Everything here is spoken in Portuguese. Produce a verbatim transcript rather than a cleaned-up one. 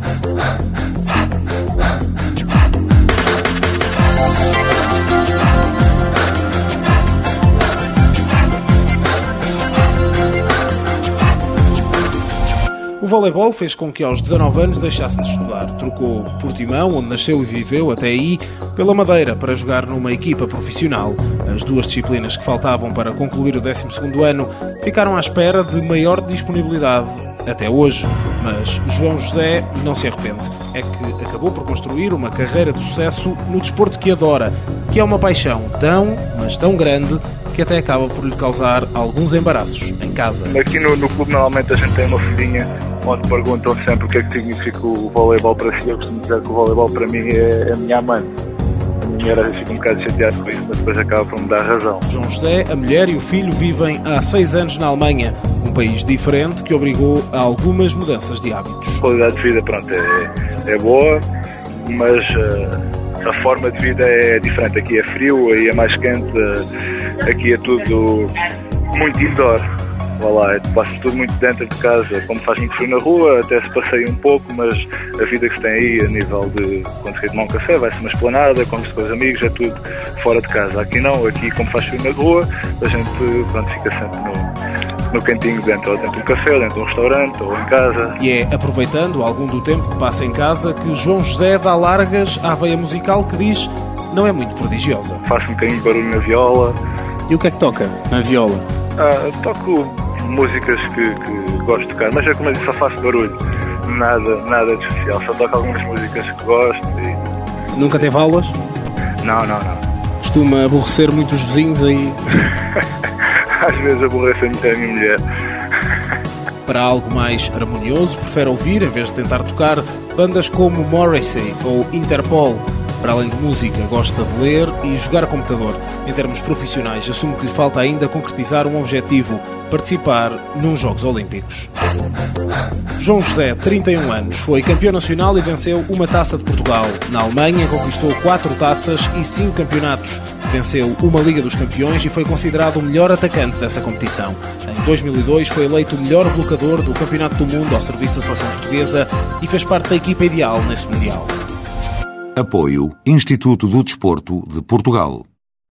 O voleibol fez com que aos dezanove anos deixasse de estudar. Trocou Portimão, onde nasceu e viveu até aí, pela Madeira para jogar numa equipa profissional. As duas disciplinas que faltavam para concluir o décimo segundo ano ficaram à espera de maior disponibilidade até hoje. Mas João José não se arrepende. É que acabou por construir uma carreira de sucesso no desporto que adora, que é uma paixão tão, mas tão grande, que até acaba por lhe causar alguns embaraços em casa. Aqui no, no clube normalmente a gente tem uma folhinha onde perguntam sempre o que é que significa o voleibol para si. Eu costumo dizer que o voleibol para mim é a minha amante. A minha mulher às vezes fica um bocado chateada com isso, mas depois acaba por me dar razão. João José, a mulher e o filho vivem há seis anos na Alemanha, um país diferente que obrigou a algumas mudanças de hábitos. A qualidade de vida, pronto, é, é boa, mas uh, a forma de vida é diferente. Aqui é frio, aí é mais quente, uh, aqui é tudo muito indoor. Vá lá, passa tudo muito dentro de casa, como faz muito frio na rua, até se passeia um pouco, mas a vida que se tem aí a nível de quando se quer tomar um café, vai-se uma esplanada, come-se com os amigos, é tudo fora de casa. Aqui não, aqui como faz frio na rua, a gente pronto, fica sempre no, no cantinho dentro, ou dentro de um café, ou dentro de um restaurante, ou em casa. E é aproveitando algum do tempo que passa em casa que João José dá largas à veia musical que diz não é muito prodigiosa. Faço um bocadinho de barulho na viola. E o que é que toca na viola? Ah, toco músicas que, que gosto de tocar, mas é como eu disse, só faço barulho, nada, nada de especial, só toco algumas músicas que gosto e... Nunca teve aulas? Não, não, não. Costuma aborrecer muito os vizinhos aí? Às vezes aborrece a minha mulher. Para algo mais harmonioso, prefere ouvir, em vez de tentar tocar, bandas como Morrissey ou Interpol. Para além de música, gosta de ler e jogar a computador. Em termos profissionais, assume que lhe falta ainda concretizar um objetivo: participar nos Jogos Olímpicos. João José, trinta e um anos, foi campeão nacional e venceu uma taça de Portugal. Na Alemanha, conquistou quatro taças e cinco campeonatos. Venceu uma Liga dos Campeões e foi considerado o melhor atacante dessa competição. Em dois mil e dois foi eleito o melhor blocador do Campeonato do Mundo ao serviço da seleção portuguesa e fez parte da equipa ideal nesse Mundial. Apoio Instituto do Desporto de Portugal.